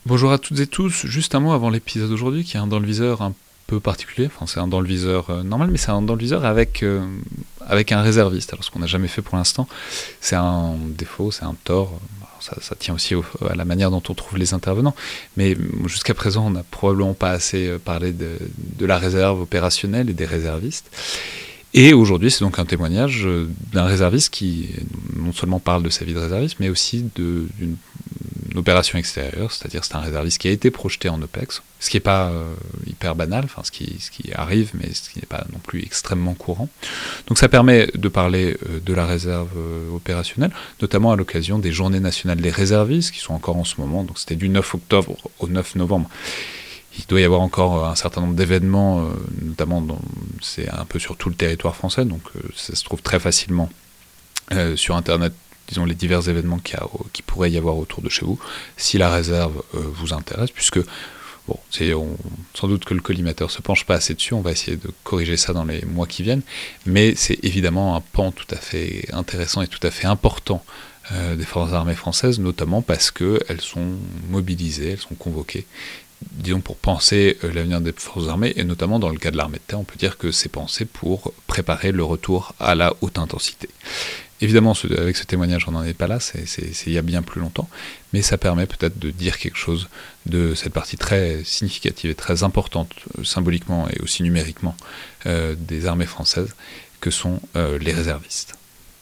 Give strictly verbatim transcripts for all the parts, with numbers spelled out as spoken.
Bonjour à toutes et tous, juste un mot avant l'épisode d'aujourd'hui qui est un dans le viseur un peu particulier, enfin c'est un dans le viseur euh, normal mais c'est un dans le viseur avec, euh, avec un réserviste, alors ce qu'on n'a jamais fait pour l'instant, c'est un défaut, c'est un tort, alors ça, ça tient aussi au, à la manière dont on trouve les intervenants, mais jusqu'à présent on n'a probablement pas assez parlé de, de la réserve opérationnelle et des réservistes. Et aujourd'hui, c'est donc un témoignage d'un réserviste qui non seulement parle de sa vie de réserviste, mais aussi de, d'une une opération extérieure, c'est-à-dire c'est un réserviste qui a été projeté en OPEX, ce qui n'est pas euh, hyper banal, enfin ce qui, ce qui arrive, mais ce qui n'est pas non plus extrêmement courant. Donc ça permet de parler euh, de la réserve euh, opérationnelle, notamment à l'occasion des Journées nationales des réservistes, qui sont encore en ce moment, donc c'était du neuf octobre au neuf novembre. Il doit y avoir encore un certain nombre d'événements, euh, notamment dans, c'est un peu sur tout le territoire français, donc euh, ça se trouve très facilement euh, sur Internet, disons les divers événements qu'il y a, qui pourrait y avoir autour de chez vous, si la réserve euh, vous intéresse, puisque bon, c'est, on, sans doute que le collimateur ne se penche pas assez dessus, on va essayer de corriger ça dans les mois qui viennent, mais c'est évidemment un pan tout à fait intéressant et tout à fait important euh, des forces armées françaises, notamment parce qu'elles sont mobilisées, elles sont convoquées, disons pour penser euh, l'avenir des forces armées, et notamment dans le cas de l'armée de terre, on peut dire que c'est pensé pour préparer le retour à la haute intensité. Évidemment, ce, avec ce témoignage, on n'en est pas là, c'est, c'est, c'est il y a bien plus longtemps, mais ça permet peut-être de dire quelque chose de cette partie très significative et très importante, euh, symboliquement et aussi numériquement, euh, des armées françaises, que sont euh, les réservistes.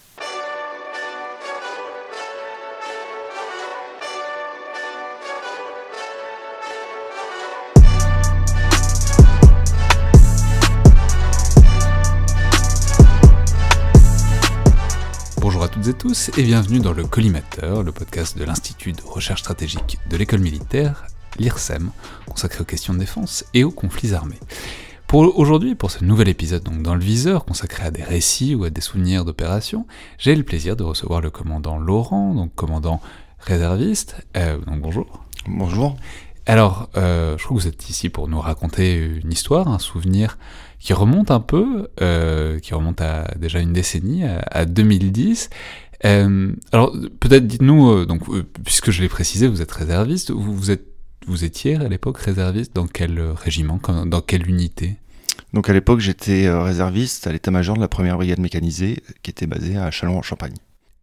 Bonjour à toutes et tous et bienvenue dans le Collimateur, le podcast de l'Institut de recherche stratégique de l'école militaire, l'I R S E M, consacré aux questions de défense et aux conflits armés. Pour aujourd'hui, pour ce nouvel épisode donc dans le viseur, consacré à des récits ou à des souvenirs d'opérations, j'ai le plaisir de recevoir le commandant Laurent, donc commandant réserviste. Euh, donc bonjour. Bonjour. Alors, euh, je crois que vous êtes ici pour nous raconter une histoire, un souvenir qui remonte un peu, euh, qui remonte à déjà une décennie, à, à deux mille dix. Euh, alors, peut-être dites-nous, euh, donc, euh, puisque je l'ai précisé, vous êtes réserviste, vous, vous, êtes, vous étiez à l'époque réserviste dans quel régiment, dans quelle unité ? Donc à l'époque, j'étais réserviste à l'état-major de la première brigade mécanisée, qui était basée à Châlons-en-Champagne.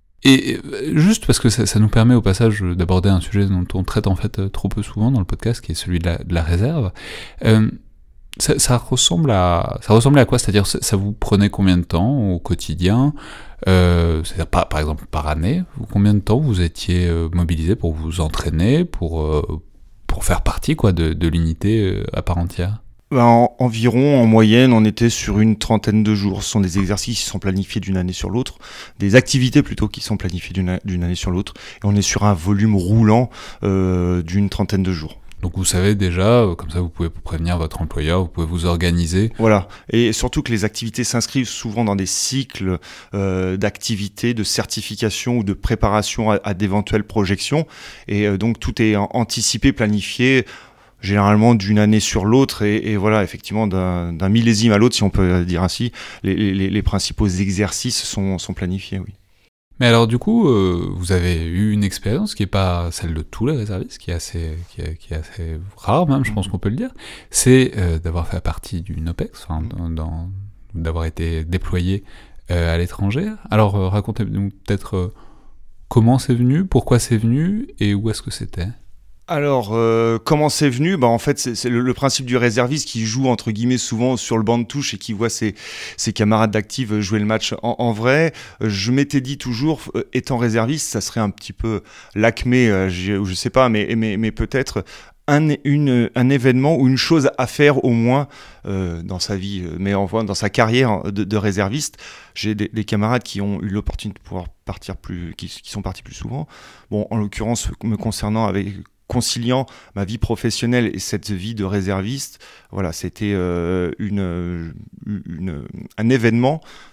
Et juste parce que ça, ça nous permet au passage d'aborder un sujet dont on traite en fait trop peu souvent dans le podcast, qui est celui de la, de la réserve. Euh, ça, ça ressemble à, ça ressemblait à quoi ? C'est-à-dire, ça, ça vous prenait combien de temps au quotidien ? euh, C'est-à-dire, par, par exemple, par année, combien de temps vous étiez euh, mobilisé pour vous entraîner, pour euh, pour faire partie quoi de, de l'unité euh, à part entière ? Ben, en, environ, en moyenne, on était sur une trentaine de jours. Ce sont des exercices qui sont planifiés d'une année sur l'autre, des activités plutôt qui sont planifiées d'une, d'une année sur l'autre, et on est sur un volume roulant euh, d'une trentaine de jours. Donc vous savez déjà, comme ça vous pouvez prévenir votre employeur, vous pouvez vous organiser. Voilà, et surtout que les activités s'inscrivent souvent dans des cycles euh, d'activités, de certification ou de préparation à, à d'éventuelles projections, et euh, donc tout est anticipé, planifié, généralement d'une année sur l'autre, et, et voilà, effectivement, d'un, d'un millésime à l'autre, si on peut dire ainsi, les, les, les principaux exercices sont, sont planifiés, oui. Mais alors du coup, euh, vous avez eu une expérience qui n'est pas celle de tous les réservistes, qui est assez, qui est, qui est assez rare même, je pense qu'on peut le dire, c'est euh, d'avoir fait partie d'une OPEX, enfin, dans, dans, d'avoir été déployé euh, à l'étranger. Alors euh, racontez-nous peut-être euh, comment c'est venu, pourquoi c'est venu, et où est-ce que c'était ? Alors, euh, comment c'est venu ? Bah, en fait, c'est, c'est le, le principe du réserviste qui joue, entre guillemets, souvent sur le banc de touche et qui voit ses, ses camarades d'active jouer le match en, en vrai. Je m'étais dit toujours, euh, étant réserviste, ça serait un petit peu l'acmé, euh, je, je sais pas, mais, mais, mais peut-être un, une, un événement ou une chose à faire au moins euh, dans sa vie, mais en dans sa carrière de, de réserviste. J'ai des, des camarades qui ont eu l'opportunité de pouvoir partir plus, qui, qui sont partis plus souvent. Bon, en l'occurrence, me concernant avec conciliant ma vie professionnelle et cette vie de réserviste, voilà, c'était euh, une, une, un événement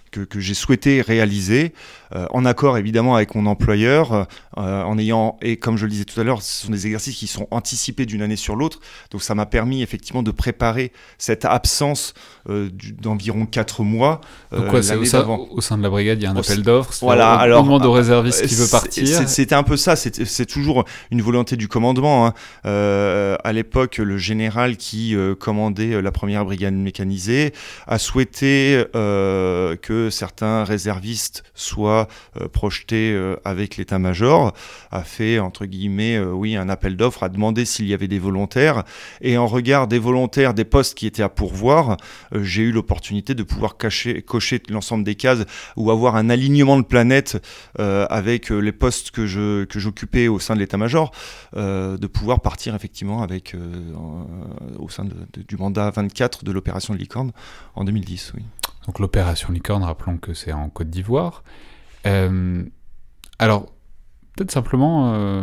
que, que j'ai souhaité réaliser, euh, en accord évidemment avec mon employeur, euh, en ayant, et comme je le disais tout à l'heure, ce sont des exercices qui sont anticipés d'une année sur l'autre, donc ça m'a permis effectivement de préparer cette absence euh, du, d'environ quatre mois. Euh, donc quoi, c'est au sein, au sein de la brigade, il y a un appel d'offres, voilà, on, alors, on demande au réserviste qui veut partir. C'est, c'était un peu ça, c'est, c'est toujours une volonté du commandement. Hein. Euh, à l'époque, le général qui euh, commandait la première brigade mécanisée a souhaité euh, que certains réservistes soient euh, projetés euh, avec l'état-major, a fait, entre guillemets, euh, oui, un appel d'offres, a demandé s'il y avait des volontaires, et en regard des volontaires, des postes qui étaient à pourvoir, euh, j'ai eu l'opportunité de pouvoir cacher, cocher l'ensemble des cases ou avoir un alignement de planètes euh, avec euh, les postes que, je, que j'occupais au sein de l'état-major, euh, de pouvoir partir effectivement avec, euh, euh, au sein de, de, du mandat vingt-quatre de l'opération de Licorne en deux mille dix, oui. Donc l'opération Licorne, rappelons que c'est en Côte d'Ivoire. Euh, alors, peut-être simplement, euh,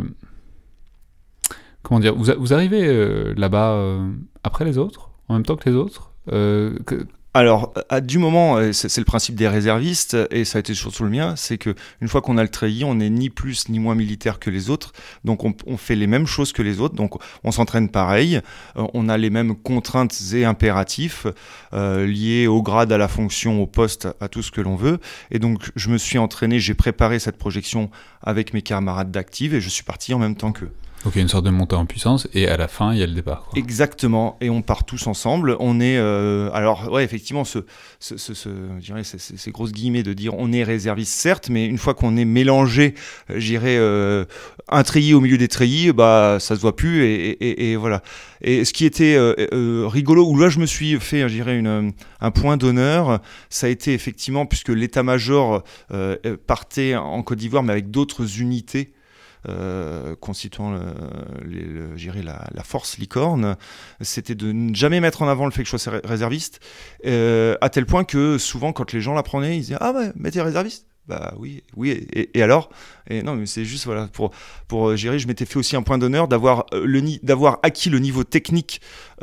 comment dire, vous, vous arrivez euh, là-bas euh, après les autres, en même temps que les autres euh, que... Alors, à du moment, c'est, c'est le principe des réservistes, et ça a été surtout le mien, c'est qu'une fois qu'on a le treillis, on n'est ni plus ni moins militaire que les autres, donc on, on fait les mêmes choses que les autres, donc on s'entraîne pareil, euh, on a les mêmes contraintes et impératifs euh, liés au grade, à la fonction, au poste, à tout ce que l'on veut, et donc je me suis entraîné, j'ai préparé cette projection avec mes camarades d'active, et je suis parti en même temps qu'eux. Donc il y a une sorte de montée en puissance et à la fin il y a le départ, quoi. Exactement, et on part tous ensemble. On est euh, alors ouais effectivement ce, ce, ce, ce je dirais ces, ces, ces grosses guillemets de dire on est réserviste certes, mais une fois qu'on est mélangé, je dirais euh, un treillis au milieu des treillis, bah ça se voit plus et, et, et voilà. Et ce qui était euh, euh, rigolo, où là je me suis fait, je dirais une, un point d'honneur, ça a été effectivement puisque l'état-major euh, partait en Côte d'Ivoire, mais avec d'autres unités. Euh, constituant le, les, le, j'irais la, la force Licorne, c'était de ne jamais mettre en avant le fait que je sois réserviste, euh, à tel point que souvent quand les gens l'apprenaient, ils disaient « Ah ouais, mais t'es réserviste ?» Bah oui, oui, et, et alors et non, mais c'est juste, voilà, pour, pour gérer, je m'étais fait aussi un point d'honneur d'avoir, le, d'avoir acquis le niveau technique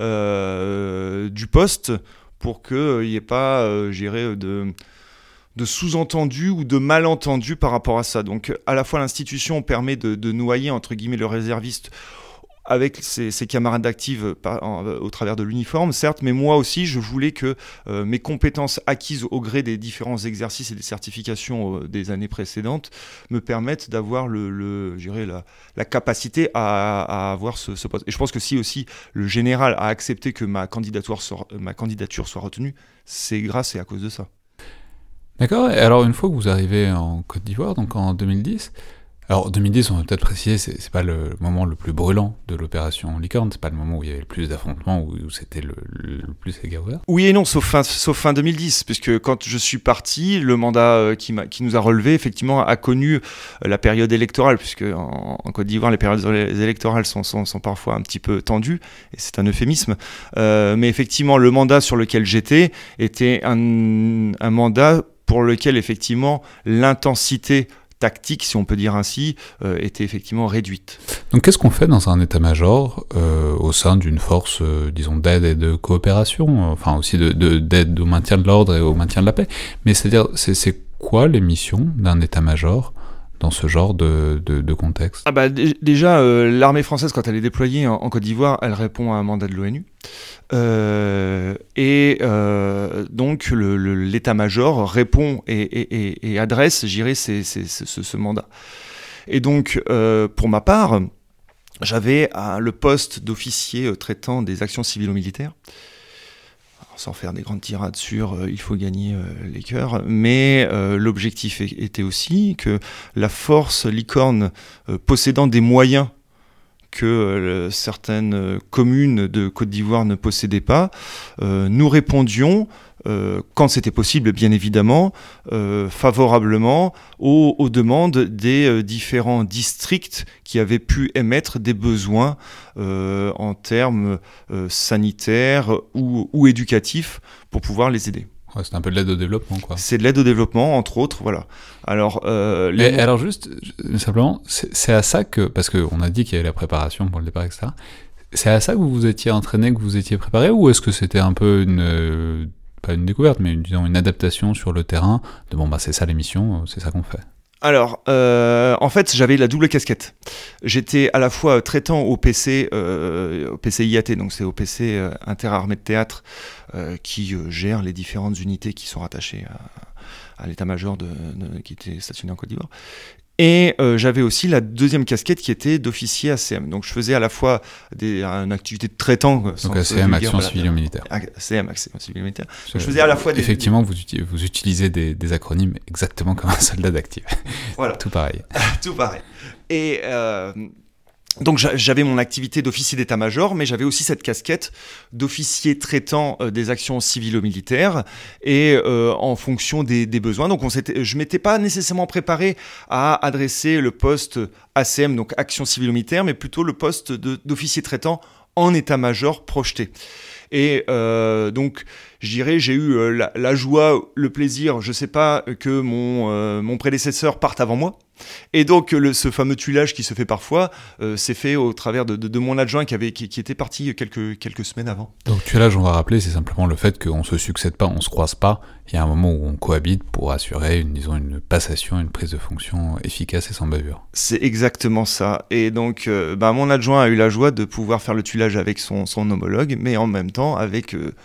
euh, du poste pour qu'il n'y ait pas, euh, j'irais, de... de sous-entendu ou de malentendu par rapport à ça. Donc à la fois l'institution permet de, de noyer entre guillemets le réserviste avec ses, ses camarades d'active par, en, au travers de l'uniforme, certes, mais moi aussi je voulais que euh, mes compétences acquises au gré des différents exercices et des certifications euh, des années précédentes me permettent d'avoir le, le, je dirais la, la capacité à, à avoir ce, ce poste. Et je pense que si aussi le général a accepté que ma candidature soit, ma candidature soit retenue, c'est grâce et à cause de ça. D'accord, et alors une fois que vous arrivez en Côte d'Ivoire, donc en deux mille dix, alors deux mille dix, on va peut-être préciser, c'est, c'est pas le moment le plus brûlant de l'opération Licorne, c'est pas le moment où il y avait le plus d'affrontements, où, où c'était le, le, le plus les guerres ouvertes. Oui et non, sauf fin, sauf fin deux mille dix, puisque quand je suis parti, le mandat qui, m'a, qui nous a relevé, effectivement, a connu la période électorale, puisque en, en Côte d'Ivoire, les périodes électorales sont, sont, sont parfois un petit peu tendues, et c'est un euphémisme, euh, mais effectivement, le mandat sur lequel j'étais était un, un mandat pour lequel, effectivement, l'intensité tactique, si on peut dire ainsi, euh, était effectivement réduite. Donc qu'est-ce qu'on fait dans un état-major euh, au sein d'une force, euh, disons, d'aide et de coopération, enfin aussi de, de, d'aide au maintien de l'ordre et au maintien de la paix, mais c'est-à-dire, c'est, c'est quoi les missions d'un état-major dans ce genre de, de, de contexte ? Ah bah, d- Déjà, euh, l'armée française, quand elle est déployée en, en Côte d'Ivoire, elle répond à un mandat de l'ONU. Euh, et euh, donc le, le, l'état-major répond et, et, et, et adresse, j'irais, ces, ces, ces, ce, ce mandat. Et donc, euh, pour ma part, j'avais euh, le poste d'officier euh, traitant des actions civilo-militaires. Alors, sans faire des grandes tirades sur euh, il faut gagner euh, les cœurs, mais euh, l'objectif était aussi que la force Licorne, euh, possédant des moyens que euh, certaines communes de Côte d'Ivoire ne possédaient pas, euh, nous répondions, euh, quand c'était possible bien évidemment, euh, favorablement aux, aux demandes des euh, différents districts qui avaient pu émettre des besoins euh, en termes euh, sanitaires ou, ou éducatifs pour pouvoir les aider. Ouais, c'est un peu de l'aide au développement, quoi. C'est de l'aide au développement, entre autres, voilà. Alors, euh, les... Mais alors juste, simplement, c'est, c'est à ça que, parce qu'on a dit qu'il y avait la préparation pour le départ, et cetera. C'est à ça que vous vous étiez entraîné, que vous étiez préparé, ou est-ce que c'était un peu une, pas une découverte, mais disons une adaptation sur le terrain de bon bah c'est ça l'émission, c'est ça qu'on fait. Alors, euh, en fait, j'avais la double casquette. J'étais à la fois traitant au P C, euh, au P C I A T, donc c'est au P C euh, Interarmées de Théâtre, euh, qui euh, gère les différentes unités qui sont rattachées à, à l'état-major de, de, qui était stationné en Côte d'Ivoire. Et euh, j'avais aussi la deuxième casquette qui était d'officier A C M. Donc je faisais à la fois des, une activité de traitant. Donc A C M, Action Civilo-Militaire. A C M, Action Civilo-Militaire. Je faisais à la fois des... Effectivement, vous, vous utilisez des, des acronymes exactement comme un soldat d'actif. Voilà. Tout pareil. Tout pareil. Et... Euh, Donc j'avais mon activité d'officier d'état-major, mais j'avais aussi cette casquette d'officier traitant euh, des actions civilo-militaires et euh, en fonction des, des besoins. Donc on s'était, je m'étais pas nécessairement préparé à adresser le poste A C M, donc action civilo-militaire, mais plutôt le poste de, d'officier traitant en état-major projeté. Et euh, donc, je dirais, j'ai eu euh, la, la joie, le plaisir, je sais pas, que mon, euh, mon prédécesseur parte avant moi. Et donc, le, ce fameux tuilage qui se fait parfois, euh, s'est fait au travers de, de, de mon adjoint qui, avait, qui, qui était parti quelques, quelques semaines avant. Donc, tuilage, on va rappeler, c'est simplement le fait qu'on ne se succède pas, on ne se croise pas. Il y a un moment où on cohabite pour assurer, une, disons, une passation, une prise de fonction efficace et sans bavure. C'est exactement ça. Et donc, euh, bah, mon adjoint a eu la joie de pouvoir faire le tuilage avec son, son homologue, mais en même temps avec... Euh,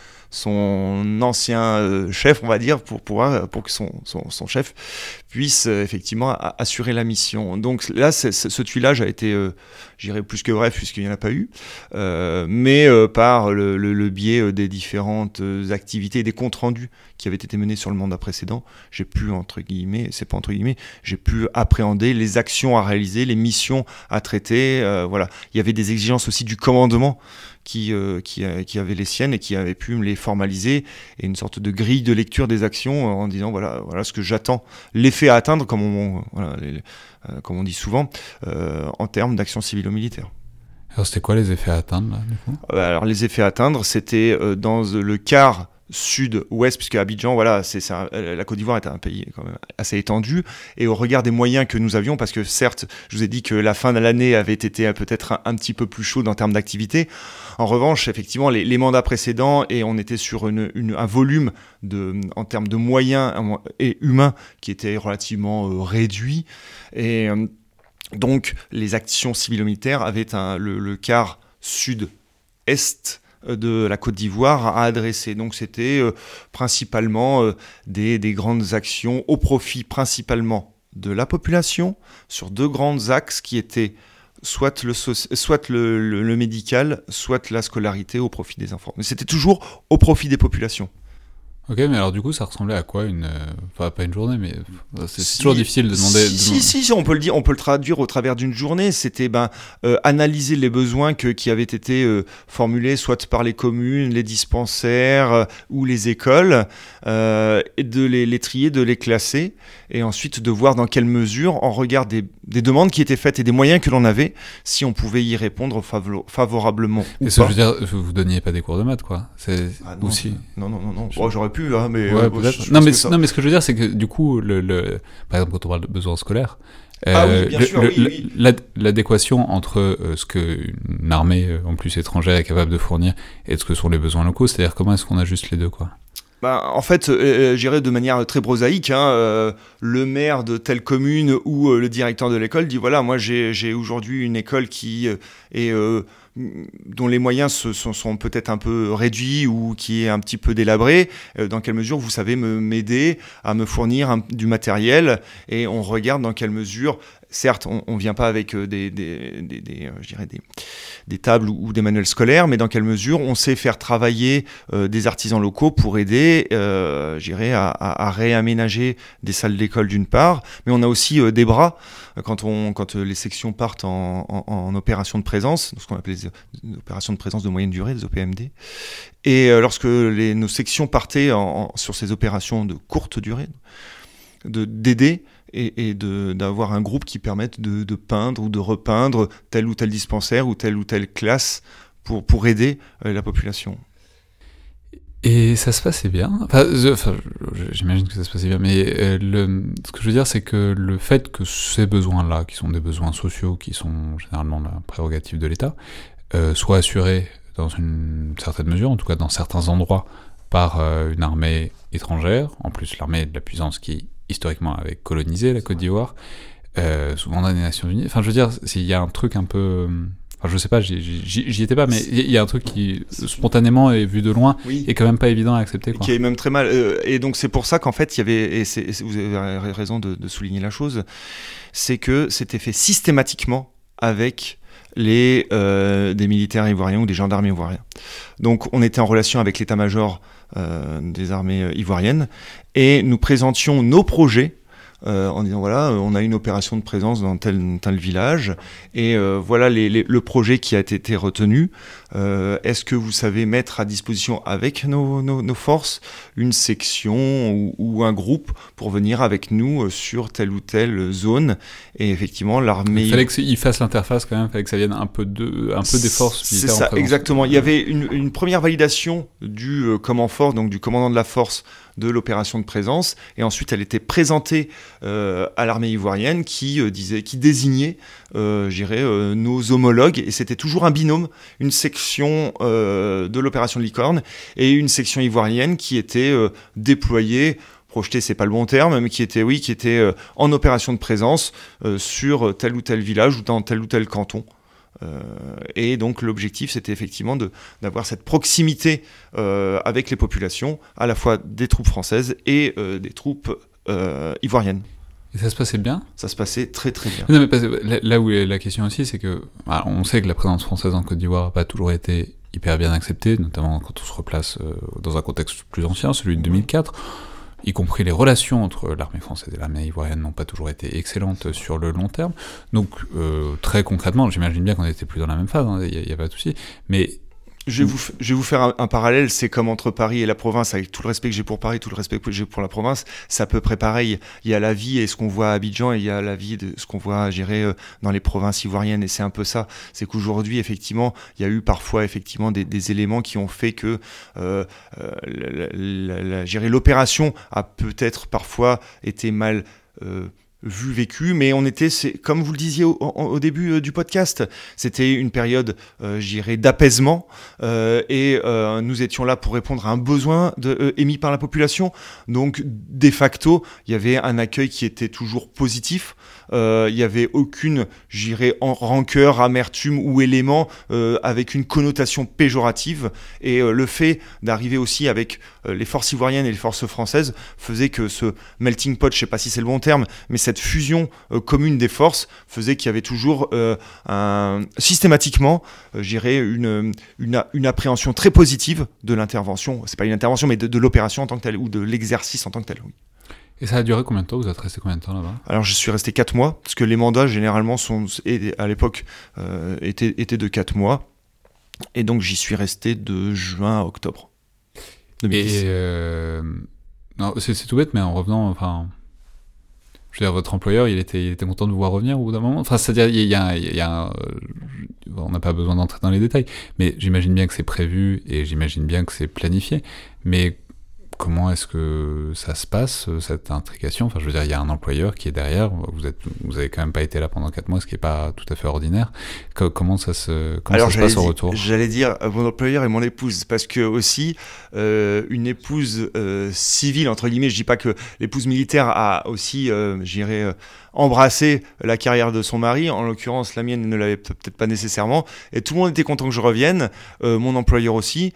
son ancien euh, chef, on va dire, pour, pouvoir, pour que son, son, son chef puisse euh, effectivement a, assurer la mission. Donc là, c'est, c'est, ce tuilage a été, euh, je dirais, plus que bref, puisqu'il n'y en a pas eu, euh, mais euh, par le, le, le biais des différentes activités et des comptes rendus qui avaient été menés sur le mandat précédent, j'ai pu, entre guillemets, c'est pas entre guillemets, j'ai pu appréhender les actions à réaliser, les missions à traiter, euh, voilà. Il y avait des exigences aussi du commandement qui, euh, qui, euh, qui avait les siennes et qui avait pu me les formaliser, et une sorte de grille de lecture des actions en disant voilà, voilà ce que j'attends, l'effet à atteindre, comme on, voilà, les, euh, comme on dit souvent, euh, en termes d'action civilo-militaire. Alors c'était quoi les effets à atteindre là, du coup ? Alors les effets à atteindre, c'était euh, dans le quart sud-ouest, puisque Abidjan, voilà, c'est, c'est un, la Côte d'Ivoire est un pays quand même assez étendu, et au regard des moyens que nous avions, parce que certes, je vous ai dit que la fin de l'année avait été peut-être un, un petit peu plus chaude en termes d'activité. En revanche, effectivement, les, les mandats précédents, et on était sur une, une, un volume de, en termes de moyens et humains qui était relativement euh, réduit, et euh, donc les actions civilo-militaires avaient un, le, le quart sud-est de la Côte d'Ivoire à adresser. Donc c'était euh, principalement euh, des, des grandes actions au profit principalement de la population sur deux grands axes qui étaient soit le, so- soit le, le, le médical, soit la scolarité au profit des enfants. Mais c'était toujours au profit des populations. Ok, mais alors du coup, ça ressemblait à quoi une, enfin pas une journée, mais c'est, c'est si, toujours difficile de demander. Si, de... si, si, si, on peut le dire, on peut le traduire au travers d'une journée. C'était ben euh, analyser les besoins que, qui avaient été euh, formulés, soit par les communes, les dispensaires euh, ou les écoles, euh, et de les, les trier, de les classer, et ensuite de voir dans quelle mesure, en regard des, des demandes qui étaient faites et des moyens que l'on avait, si on pouvait y répondre favor- favorablement. Et ou ça, pas. Je veux dire, vous, vous donniez pas des cours de maths, quoi. C'est ah, non, aussi. Non, non, non, non. Je... Oh, j'aurais pu. Hein, mais ouais, euh, peut-être. je non, mais, ça... non, mais ce que je veux dire, c'est que du coup, le, le... par exemple, quand on parle de besoins scolaires, euh, ah oui, bien le, sûr, le, oui, le, oui. l'adéquation entre euh, ce qu'une armée, en plus étrangère, est capable de fournir et ce que sont les besoins locaux, c'est-à-dire comment est-ce qu'on ajuste les deux, quoi. Bah, en fait, euh, je dirais de manière très prosaïque, hein, euh, le maire de telle commune ou euh, le directeur de l'école dit voilà, moi j'ai, j'ai aujourd'hui une école qui euh, est euh, dont les moyens se, sont, sont peut-être un peu réduits ou qui est un petit peu délabré, euh, dans quelle mesure vous savez me, m'aider à me fournir un, du matériel, et on regarde dans quelle mesure, certes on ne vient pas avec euh, des, des, des, des, euh, je dirais des, des tables ou, ou des manuels scolaires, mais dans quelle mesure on sait faire travailler euh, des artisans locaux pour aider euh, je dirais, à, à, à réaménager des salles d'école d'une part, mais on a aussi euh, des bras quand, on, quand euh, les sections partent en, en, en opération de présence, ce qu'on appelle les opérations de présence de moyenne durée, les O P M D. Et euh, lorsque les, nos sections partaient en, en, sur ces opérations de courte durée, de, d'aider et, et de, d'avoir un groupe qui permette de, de peindre ou de repeindre tel ou tel dispensaire ou telle ou telle classe pour, pour aider euh, la population. Et ça se passait bien. Enfin, je, enfin, j'imagine que ça se passait bien, mais euh, le, ce que je veux dire, c'est que le fait que ces besoins-là, qui sont des besoins sociaux, qui sont généralement la prérogative de l'État, euh, soient assurés dans une certaine mesure, en tout cas dans certains endroits par euh, une armée étrangère, en plus l'armée de la puissance qui historiquement avait colonisé la Côte d'Ivoire, euh, sous mandat des Nations Unies. Enfin, je veux dire, il y a un truc un peu... Enfin, je sais pas, j'y, j'y, j'y étais pas, mais il y a un truc qui, spontanément et vu de loin, oui. est quand même pas évident à accepter, quoi. Qui est même très mal. Euh, et donc, c'est pour ça qu'en fait, il y avait, et c'est, c'est, vous avez raison de, de souligner la chose, c'est que c'était fait systématiquement avec les, euh, des militaires ivoiriens ou des gendarmes ivoiriens. Donc, on était en relation avec l'état-major euh, des armées ivoiriennes et nous présentions nos projets Euh, en disant voilà, on a une opération de présence dans tel, tel village et euh, voilà les, les, le projet qui a été retenu. Euh, est-ce que vous savez mettre à disposition avec nos, nos, nos forces une section ou, ou un groupe pour venir avec nous sur telle ou telle zone? Et effectivement, l'armée... Il fallait qu'ils fassent l'interface quand même, il fallait que ça vienne un peu, de, un peu des forces militaires. C'est ça, exactement. Il y avait une, une première validation du euh, command fort, donc du commandant de la force de l'opération de présence, et ensuite elle était présentée euh, à l'armée ivoirienne qui euh, disait, qui désignait, euh, j'irais, euh, nos homologues, et c'était toujours un binôme, une section euh, de l'opération de Licorne et une section ivoirienne qui était euh, déployée. Projeté, c'est pas le bon terme, mais qui était, oui, qui était euh, en opération de présence euh, sur tel ou tel village ou dans tel ou tel canton. Euh, et donc l'objectif, c'était effectivement de, d'avoir cette proximité euh, avec les populations, à la fois des troupes françaises et euh, des troupes euh, ivoiriennes. Et ça se passait bien ? Ça se passait très très bien. Non, mais parce que là, là où est la question aussi, c'est que bah, on sait que la présence française en Côte d'Ivoire n'a pas toujours été hyper bien acceptée, notamment quand on se replace euh, dans un contexte plus ancien, celui de deux mille quatre. Y compris les relations entre l'armée française et l'armée ivoirienne n'ont pas toujours été excellentes sur le long terme. Donc, euh, très concrètement, j'imagine bien qu'on n'était plus dans la même phase, il hein, n'y a, a pas de souci, mais... Je vais, vous, je vais vous faire un, un parallèle, c'est comme entre Paris et la province, avec tout le respect que j'ai pour Paris, tout le respect que j'ai pour la province, c'est à peu près pareil. Il y a la vie et ce qu'on voit à Abidjan, et il y a la vie de ce qu'on voit, j'irais, dans les provinces ivoiriennes, et c'est un peu ça. C'est qu'aujourd'hui, effectivement, il y a eu parfois, effectivement, des, des éléments qui ont fait que, euh, euh, la, la, la, j'irais, l'opération a peut-être parfois été mal... Euh, vu, vécu, mais on était, c'est, comme vous le disiez au, au, au début euh, du podcast, c'était une période, euh, je dirais, d'apaisement, euh, et euh, nous étions là pour répondre à un besoin de, euh, émis par la population. Donc, de facto, il y avait un accueil qui était toujours positif. Euh, il n'y avait aucune, je dirais, rancœur, amertume ou élément euh, avec une connotation péjorative. Et euh, le fait d'arriver aussi avec euh, les forces ivoiriennes et les forces françaises faisait que ce melting pot, je ne sais pas si c'est le bon terme, mais cette fusion euh, commune des forces faisait qu'il y avait toujours euh, un, systématiquement, euh, je dirais, une, une, une appréhension très positive de l'intervention. C'est pas une intervention, mais de, de l'opération en tant que telle, ou de l'exercice en tant que tel, oui. Et ça a duré combien de temps ? Vous êtes resté combien de temps là-bas ? Alors je suis resté quatre mois, parce que les mandats généralement sont, à l'époque euh, étaient, étaient de quatre mois, et donc j'y suis resté de juin à octobre deux mille dix. Et euh... non, c'est, c'est tout bête, mais en revenant, enfin, je veux dire, votre employeur, il était, il était content de vous voir revenir au bout d'un moment. Enfin, c'est-à-dire, il y a, il y a un, on n'a pas besoin d'entrer dans les détails, mais j'imagine bien que c'est prévu et j'imagine bien que c'est planifié, mais comment est-ce que ça se passe, cette intrication ? Enfin, je veux dire, il y a un employeur qui est derrière, vous êtes, vous avez quand même pas été là pendant quatre mois, ce qui est pas tout à fait ordinaire. Co- comment ça se, comment Alors, ça se passe au dit, retour ? J'allais dire mon employeur et mon épouse, parce que aussi, euh, une épouse euh, civile, entre guillemets, je dis pas que l'épouse militaire a aussi, euh, j'irais, euh, embrasser la carrière de son mari, en l'occurrence la mienne ne l'avait peut-être pas nécessairement, et tout le monde était content que je revienne, euh, mon employeur aussi.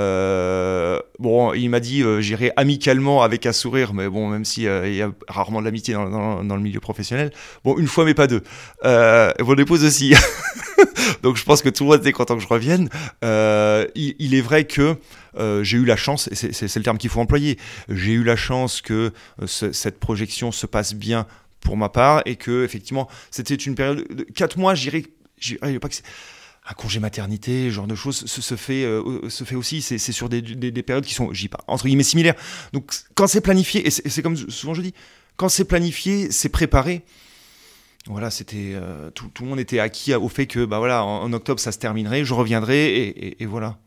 Euh, bon, il m'a dit, euh, j'irai amicalement avec un sourire, mais bon, même si euh, il y a rarement de l'amitié dans, dans, dans le milieu professionnel, bon, une fois mais pas deux. Euh, mon épouse aussi. Donc je pense que tout le monde était content que je revienne. Euh, il, il est vrai que euh, j'ai eu la chance, et c'est, c'est, c'est le terme qu'il faut employer, j'ai eu la chance que euh, ce, cette projection se passe bien pour ma part, et que effectivement c'était une période de quatre mois, j'irais, j'irais pas que c'est un congé maternité, ce genre de choses se, se fait euh, se fait aussi, c'est, c'est sur des, des, des périodes qui sont, je dis pas entre guillemets similaires. Donc quand c'est planifié, et c'est, et c'est comme souvent je dis, quand c'est planifié, c'est préparé. Voilà, c'était euh, tout, tout le monde était acquis au fait que bah voilà, en, en octobre ça se terminerait, je reviendrai, et, et, et voilà.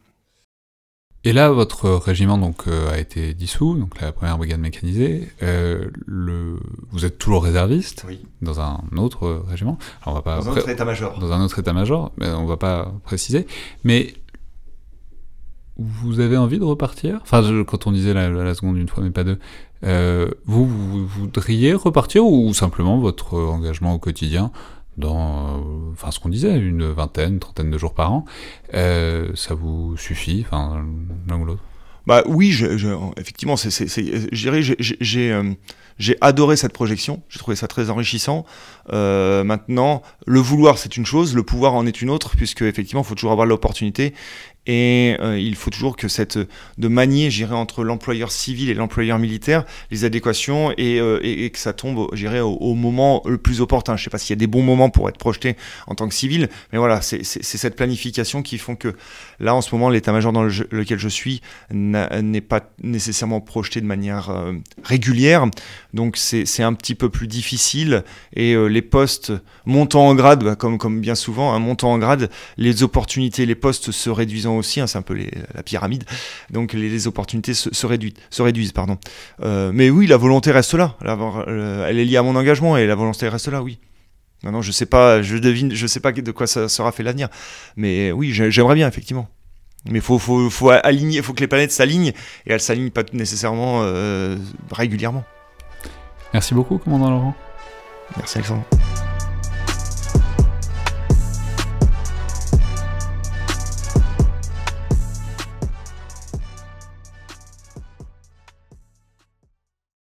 Et là, votre régiment donc euh, a été dissous, donc la première brigade mécanisée. Euh, le... Vous êtes toujours réserviste, oui, dans un autre euh, régiment. Alors, on va pas dans un pré... autre état-major. Dans un autre état-major, mais on va pas préciser. Mais vous avez envie de repartir ? Enfin, je, quand on disait la, la seconde une fois, mais pas deux, euh, vous, vous voudriez repartir ou simplement votre engagement au quotidien dans, euh, enfin, ce qu'on disait, une vingtaine, une trentaine de jours par an, euh, ça vous suffit, enfin, l'un ou l'autre ? Bah oui, je, je, effectivement, c'est, c'est, c'est, je dirais, j'ai, j'ai, euh, j'ai adoré cette projection, j'ai trouvé ça très enrichissant. Euh, maintenant, le vouloir, c'est une chose, le pouvoir en est une autre, puisque effectivement, il faut toujours avoir l'opportunité. Et euh, il faut toujours que cette de manier, j'irai entre l'employeur civil et l'employeur militaire, les adéquations et, euh, et, et que ça tombe, j'irai au, au moment le plus opportun. Je sais pas s'il y a des bons moments pour être projeté en tant que civil, mais voilà, c'est, c'est, c'est cette planification qui font que là, en ce moment, l'état-major dans le, lequel je suis n'est pas nécessairement projeté de manière euh, régulière, donc c'est, c'est un petit peu plus difficile. Et euh, les postes montant en grade, bah, comme comme bien souvent, hein, montant en grade, les opportunités, les postes se réduisant aussi, hein, c'est un peu les, la pyramide, donc les, les opportunités se, se, réduisent, se réduisent. Pardon. Euh, mais oui, la volonté reste là, la, euh, elle est liée à mon engagement et la volonté reste là, oui. Maintenant, je sais pas, je devine, je sais pas de quoi ça sera fait l'avenir, mais oui, j'aimerais bien, effectivement. Mais il faut, faut, faut aligner, faut que les planètes s'alignent, et elles s'alignent pas nécessairement euh, régulièrement. Merci beaucoup, commandant Laurent. Merci Alexandre.